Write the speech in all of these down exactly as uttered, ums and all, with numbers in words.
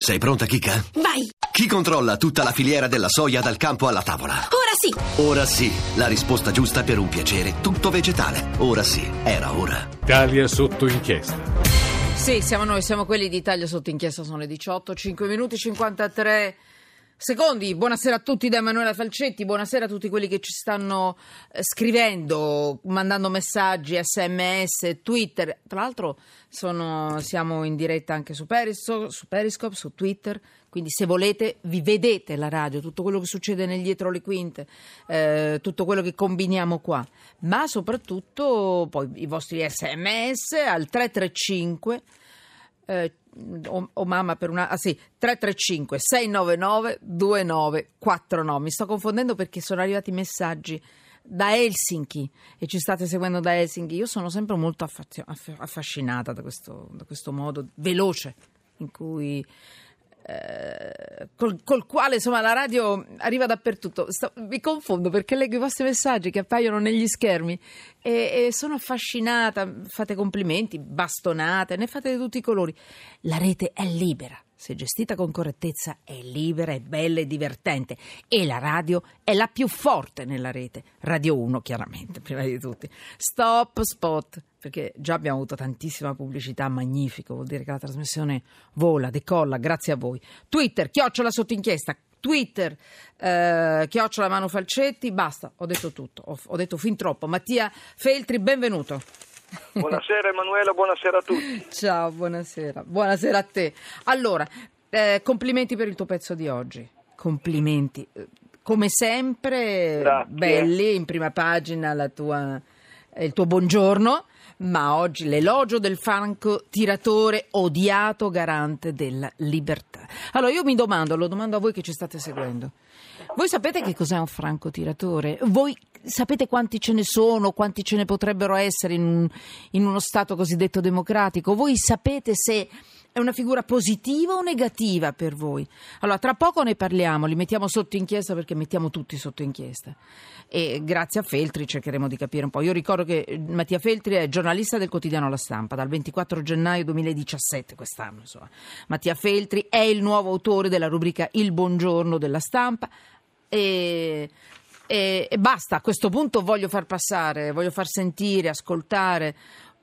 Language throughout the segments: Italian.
Sei pronta, Kika? Vai! Chi controlla tutta la filiera della soia dal campo alla tavola? Ora sì! Ora sì, la risposta giusta per un piacere tutto vegetale. Ora sì, era ora. Italia sotto inchiesta. Sì, siamo noi, siamo quelli di Italia sotto inchiesta, sono le diciotto, cinque minuti cinquantatré secondi. Buonasera a tutti da Emanuela Falcetti, buonasera a tutti quelli che ci stanno eh, scrivendo, mandando messaggi, sms, Twitter. Tra l'altro sono, siamo in diretta anche su Periscope, su Periscope, su Twitter, quindi se volete vi vedete la radio, tutto quello che succede nel dietro le quinte, eh, tutto quello che combiniamo qua, ma soprattutto poi i vostri sms al tre tre cinque eh, O, o mamma per una ah sì tre tre cinque sei nove nove due nove quattro nove. Mi sto confondendo perché sono arrivati messaggi da Helsinki e ci state seguendo da Helsinki. Io sono sempre molto affazio, affascinata da questo, da questo modo veloce in cui eh, col, col quale insomma la radio arriva dappertutto. Sto, mi confondo perché leggo i vostri messaggi che appaiono negli schermi e, e sono affascinata. Fate complimenti, bastonate, ne fate di tutti i colori. La rete è libera, se gestita con correttezza è libera, è bella e divertente, e la radio è la più forte nella rete. Radio uno chiaramente, prima di tutti. Stop spot, perché già abbiamo avuto tantissima pubblicità, magnifico, vuol dire che la trasmissione vola, decolla, grazie a voi. Twitter, chiocciola sotto inchiesta, Twitter, eh, chiocciola Manu Falcetti, basta, ho detto tutto, ho, ho detto fin troppo. Mattia Feltri, benvenuto. Buonasera Emanuela, buonasera a tutti. Ciao, buonasera, buonasera a te. Allora, eh, complimenti per il tuo pezzo di oggi, complimenti, come sempre. Grazie. Belli, in prima pagina la tua, il tuo buongiorno, ma oggi l'elogio del franco tiratore odiato garante della libertà. Allora io mi domando, lo domando a voi che ci state seguendo, voi sapete che cos'è un francotiratore? Voi sapete quanti ce ne sono, quanti ce ne potrebbero essere in, un, in uno Stato cosiddetto democratico? Voi sapete se è una figura positiva o negativa per voi? Allora, tra poco ne parliamo, li mettiamo sotto inchiesta perché mettiamo tutti sotto inchiesta. E grazie a Feltri cercheremo di capire un po'. Io ricordo che Mattia Feltri è giornalista del quotidiano La Stampa dal ventiquattro gennaio duemiladiciassette, quest'anno insomma. Mattia Feltri è il nuovo autore della rubrica Il Buongiorno della Stampa e... E, e basta, a questo punto voglio far passare, voglio far sentire, ascoltare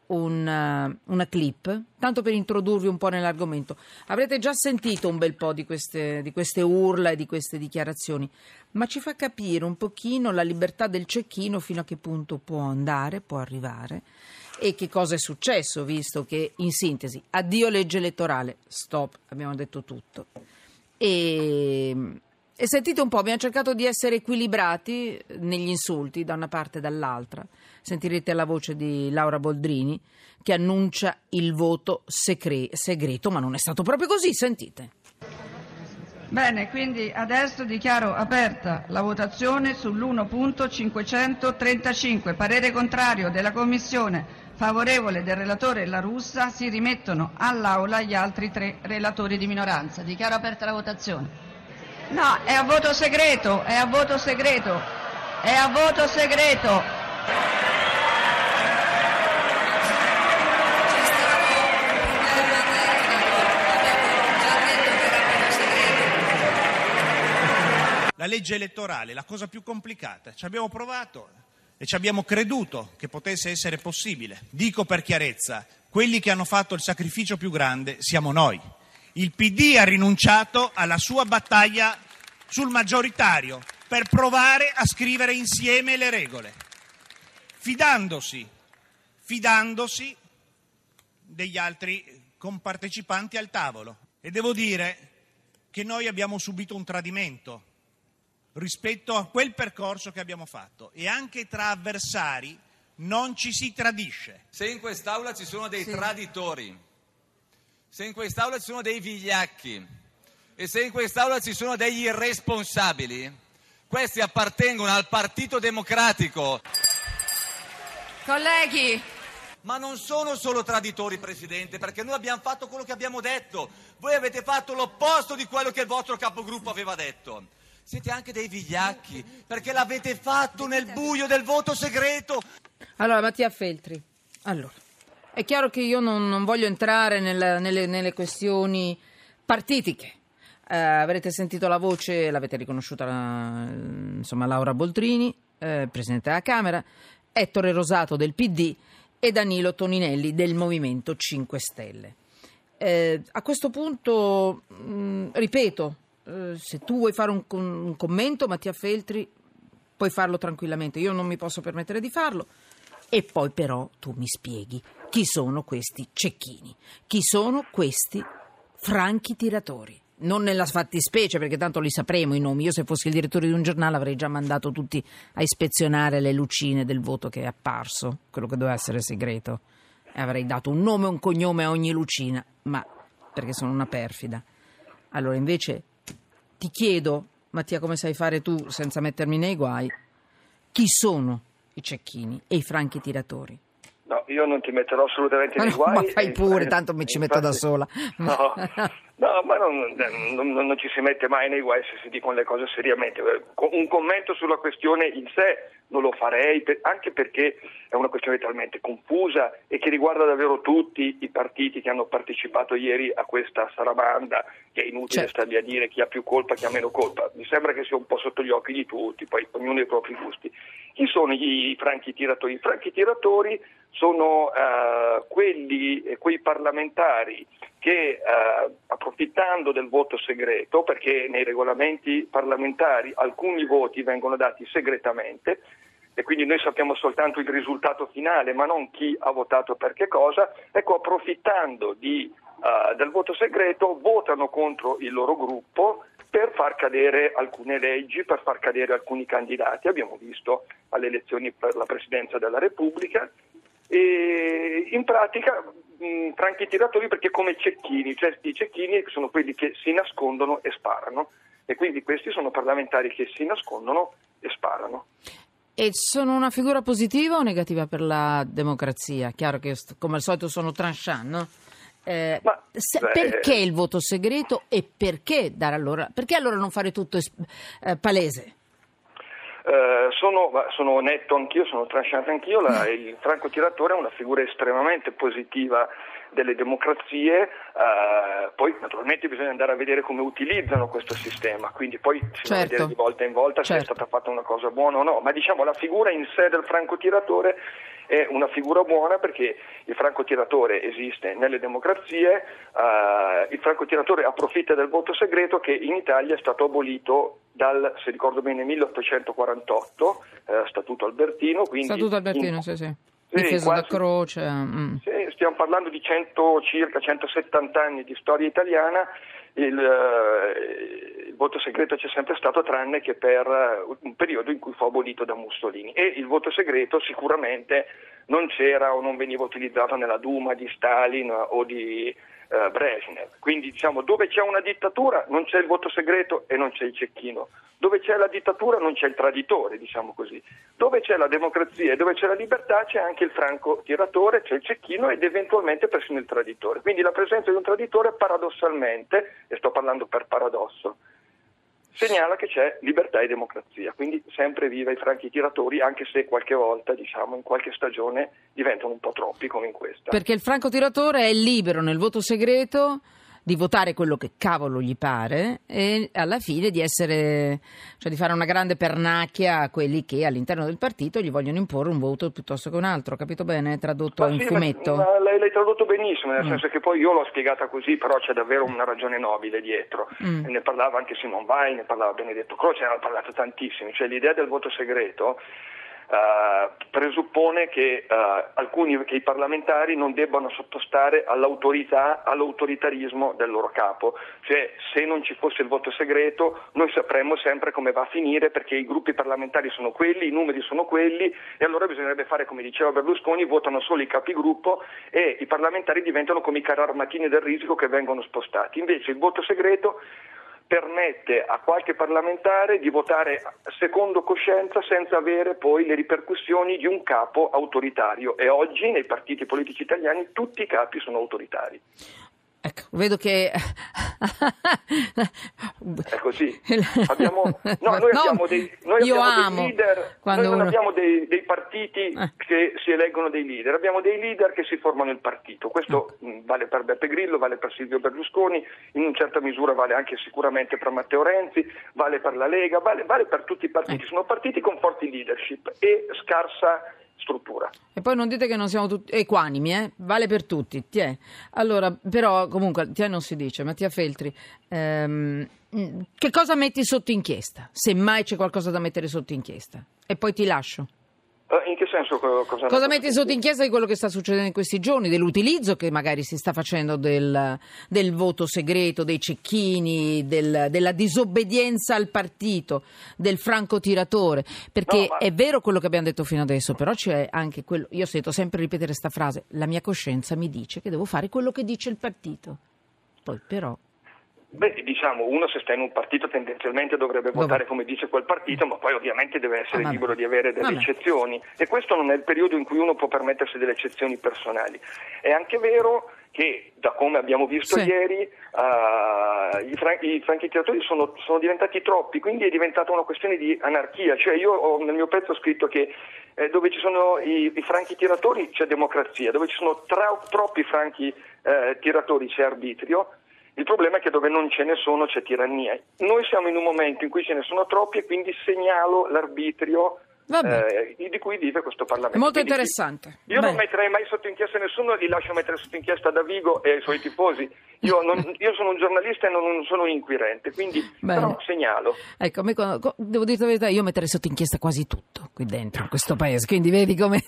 una, una clip, tanto per introdurvi un po' nell'argomento. Avrete già sentito un bel po' di queste, di queste urla e di queste dichiarazioni, ma ci fa capire un pochino la libertà del cecchino, fino a che punto può andare, può arrivare, e che cosa è successo, visto che, in sintesi, addio legge elettorale, stop, abbiamo detto tutto. E... E sentite un po', abbiamo cercato di essere equilibrati negli insulti da una parte e dall'altra. Sentirete la voce di Laura Boldrini che annuncia il voto secre- segreto, ma non è stato proprio così, sentite. Bene, quindi adesso dichiaro aperta la votazione sull'uno punto cinquecentotrentacinque. Parere contrario della Commissione, favorevole del relatore La Russa. Si rimettono all'Aula gli altri tre relatori di minoranza. Dichiaro aperta la votazione. No, è a voto segreto, è a voto segreto, è a voto segreto. La legge elettorale, la cosa più complicata. Ci abbiamo provato e ci abbiamo creduto che potesse essere possibile. Dico per chiarezza, quelli che hanno fatto il sacrificio più grande siamo noi. Il P D ha rinunciato alla sua battaglia sul maggioritario per provare a scrivere insieme le regole, fidandosi, fidandosi degli altri compartecipanti al tavolo. E devo dire che noi abbiamo subito un tradimento rispetto a quel percorso che abbiamo fatto, e anche tra avversari non ci si tradisce. Se in quest'Aula ci sono dei sì. traditori, se in quest'Aula ci sono dei vigliacchi e se in quest'Aula ci sono degli irresponsabili, questi appartengono al Partito Democratico. Colleghi, ma non sono solo traditori, Presidente, perché noi abbiamo fatto quello che abbiamo detto. Voi avete fatto l'opposto di quello che il vostro capogruppo aveva detto. Siete anche dei vigliacchi, perché l'avete fatto nel buio del voto segreto. Allora, Mattia Feltri, allora, è chiaro che io non, non voglio entrare nella, nelle, nelle questioni partitiche. Eh, avrete sentito la voce, l'avete riconosciuta, la, insomma, Laura Boldrini, eh, Presidente della Camera, Ettore Rosato del P D e Danilo Toninelli del Movimento cinque Stelle. Eh, a questo punto, mh, ripeto, eh, se tu vuoi fare un, un commento, Mattia Feltri, puoi farlo tranquillamente, io non mi posso permettere di farlo. E poi però tu mi spieghi chi sono questi cecchini, chi sono questi franchi tiratori. Non nella fattispecie, perché tanto li sapremo i nomi. Io se fossi il direttore di un giornale avrei già mandato tutti a ispezionare le lucine del voto che è apparso, quello che doveva essere segreto. E avrei dato un nome e un cognome a ogni lucina, ma perché sono una perfida. Allora invece ti chiedo, Mattia, come sai fare tu senza mettermi nei guai, chi sono i cecchini e i franchi tiratori? No, io non ti metterò assolutamente Ma nei no, guai. ma fai pure, e, tanto mi ci infatti, metto da sola. No, no ma non, non, non ci si mette mai nei guai se si dicono le cose seriamente. Un commento sulla questione in sé non lo farei, per, anche perché è una questione talmente confusa e che riguarda davvero tutti i partiti che hanno partecipato ieri a questa sarabanda, che è inutile certo. stargli a dire chi ha più colpa, chi ha meno colpa. Mi sembra che sia un po' sotto gli occhi di tutti, poi ognuno ha i propri gusti. Chi sono i franchi tiratori? I franchi tiratori sono uh, quelli, quei parlamentari che uh, approfittando del voto segreto, perché nei regolamenti parlamentari alcuni voti vengono dati segretamente e quindi noi sappiamo soltanto il risultato finale ma non chi ha votato per che cosa, ecco, approfittando di, uh, del voto segreto votano contro il loro gruppo per far cadere alcune leggi, per far cadere alcuni candidati. Abbiamo visto alle elezioni per la Presidenza della Repubblica. E in pratica mh, franchi tiratori perché come cecchini, cioè i cecchini sono quelli che si nascondono e sparano e quindi questi sono parlamentari che si nascondono e sparano. E sono una figura positiva o negativa per la democrazia? Chiaro che come al solito sono tranchant, no? Eh, Ma, se, beh, perché il voto segreto e perché dare allora perché allora non fare tutto eh, palese? Uh, sono, sono onesto anch'io, sono tranchant anch'io, la, il francotiratore è una figura estremamente positiva delle democrazie, uh, poi naturalmente bisogna andare a vedere come utilizzano questo sistema, quindi poi si certo. va a vedere di volta in volta certo. se è stata fatta una cosa buona o no, ma diciamo la figura in sé del francotiratore è una figura buona perché il francotiratore esiste nelle democrazie, uh, il francotiratore approfitta del voto segreto che in Italia è stato abolito dal, se ricordo bene, milleottocentoquarantotto, eh, Statuto Albertino. Quindi Statuto Albertino, in, sì, sì. Difeso quasi, da Croce. Mm. Sì, stiamo parlando di cento, circa centosettanta anni di storia italiana. Il, uh, il voto segreto c'è sempre stato tranne che per uh, un periodo in cui fu abolito da Mussolini e il voto segreto sicuramente non c'era o non veniva utilizzato nella Duma di Stalin o di uh, Brezhnev, quindi diciamo dove c'è una dittatura non c'è il voto segreto e non c'è il cecchino, dove c'è la dittatura non c'è il traditore, diciamo così, dove c'è la democrazia e dove c'è la libertà c'è anche il francotiratore, c'è il cecchino ed eventualmente persino il traditore, quindi la presenza di un traditore paradossalmente, e sto parlando per paradosso, segnala che c'è libertà e democrazia, quindi sempre viva i franchi tiratori, anche se qualche volta, diciamo, in qualche stagione diventano un po' troppi come in questa. Perché il francotiratore è libero nel voto segreto di votare quello che cavolo gli pare e alla fine di essere, cioè di fare una grande pernacchia a quelli che all'interno del partito gli vogliono imporre un voto piuttosto che un altro, capito bene? Tradotto ma in sì, fumetto. Ma, ma l'hai, l'hai tradotto benissimo, nel mm. senso che poi io l'ho spiegata così, però c'è davvero una ragione nobile dietro. Mm. Ne parlava anche Simone Weil, ne parlava Benedetto Croce, ne hanno parlato tantissimi, cioè l'idea del voto segreto Uh, presuppone che, uh, alcuni, che i parlamentari non debbano sottostare all'autorità, all'autoritarismo del loro capo, cioè se non ci fosse il voto segreto noi sapremmo sempre come va a finire perché i gruppi parlamentari sono quelli, i numeri sono quelli e allora bisognerebbe fare come diceva Berlusconi, votano solo i capigruppo e i parlamentari diventano come i carri armatini del risico che vengono spostati, invece il voto segreto permette a qualche parlamentare di votare secondo coscienza senza avere poi le ripercussioni di un capo autoritario e oggi nei partiti politici italiani tutti i capi sono autoritari. Ecco, vedo che È così. Abbiamo, no, noi no, abbiamo dei, noi io abbiamo amo dei leader, quando noi non uno... abbiamo dei, dei partiti eh. che si eleggono dei leader, abbiamo dei leader che si formano il partito. Questo eh. vale per Beppe Grillo, vale per Silvio Berlusconi, in una certa misura vale anche sicuramente per Matteo Renzi, vale per la Lega, vale, vale per tutti i partiti. Eh. Sono partiti con forti leadership e scarsa struttura. E poi non dite che non siamo tutti equanimi, eh? Vale per tutti. Tiè. Allora, però, comunque, Tiè non si dice, Mattia Feltri, ehm, che cosa metti sotto inchiesta? Se mai c'è qualcosa da mettere sotto inchiesta. E poi ti lascio. In che senso? Cosa, cosa metti sotto inchiesta di quello che sta succedendo in questi giorni, dell'utilizzo che magari si sta facendo del, del voto segreto, dei cecchini, del, della disobbedienza al partito, del francotiratore, perché no, ma... è vero quello che abbiamo detto fino adesso, però c'è anche quello, io sento sempre ripetere questa frase, la mia coscienza mi dice che devo fare quello che dice il partito, poi però... Beh, diciamo, uno se sta in un partito tendenzialmente dovrebbe Dove? votare come dice quel partito, ma poi ovviamente deve essere ah, libero di avere delle vabbè. eccezioni, e questo non è il periodo in cui uno può permettersi delle eccezioni personali. È anche vero che, da come abbiamo visto sì. ieri, uh, i, fran- i franchitiratori sono, sono diventati troppi, quindi è diventata una questione di anarchia. Cioè io ho nel mio pezzo scritto che eh, dove ci sono i, i franchi tiratori c'è democrazia, dove ci sono tra- troppi franchi eh, tiratori c'è arbitrio. Il problema è che dove non ce ne sono c'è tirannia. Noi siamo in un momento in cui ce ne sono troppi e quindi segnalo l'arbitrio eh, di cui vive questo Parlamento. È molto quindi, interessante. Io Beh. non metterei mai sotto inchiesta nessuno, li lascio mettere sotto inchiesta Davigo e i suoi tifosi. Io, non, io sono un giornalista e non sono un inquirente, quindi Bene. però segnalo. Ecco, a me, devo dire la verità, io metterei sotto inchiesta quasi tutto qui dentro, in questo paese, quindi vedi come...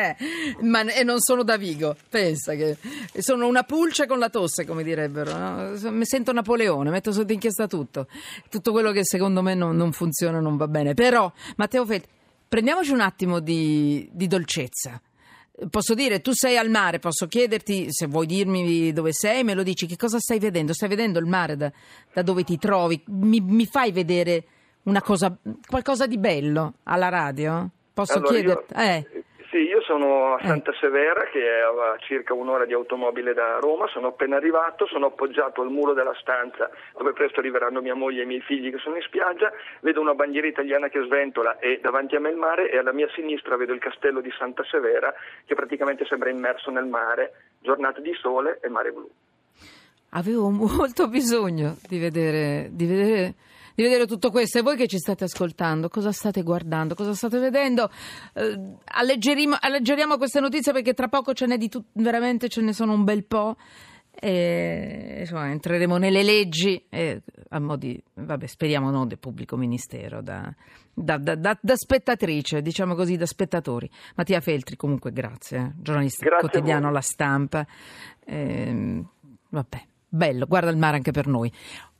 Ma, e non sono Davigo, pensa che... Sono una pulce con la tosse, come direbbero, no? Mi sento Napoleone, metto sotto inchiesta tutto. Tutto quello che secondo me non, non funziona, non va bene. Però, Matteo Feltri, prendiamoci un attimo di, di dolcezza. Posso dire, tu sei al mare, posso chiederti, se vuoi dirmi dove sei, me lo dici, che cosa stai vedendo? Stai vedendo il mare da, da dove ti trovi? Mi, mi fai vedere una cosa, qualcosa di bello alla radio? Posso allora, chiederti? Io, eh. Sì, io sono a Eh. Santa Severa, che è a circa un'ora di automobile da Roma, sono appena arrivato, sono appoggiato al muro della stanza dove presto arriveranno mia moglie e i miei figli che sono in spiaggia, vedo una bandiera italiana che sventola e davanti a me il mare, e alla mia sinistra vedo il castello di Santa Severa che praticamente sembra immerso nel mare, giornate di sole e mare blu. Avevo molto bisogno di vedere, di vedere, di vedere tutto questo. E voi che ci state ascoltando, cosa state guardando, cosa state vedendo? Eh, alleggeriamo, alleggeriamo queste notizie, perché tra poco ce n'è di tutto, veramente ce ne sono un bel po'. E, insomma, entreremo nelle leggi e, a mo' di, vabbè, speriamo non del pubblico ministero, da, da, da, da, da spettatrice, diciamo così, da spettatori. Mattia Feltri, comunque grazie, eh, giornalista Grazie quotidiano La Stampa. Eh, vabbè. Bello, guarda il mare anche per noi.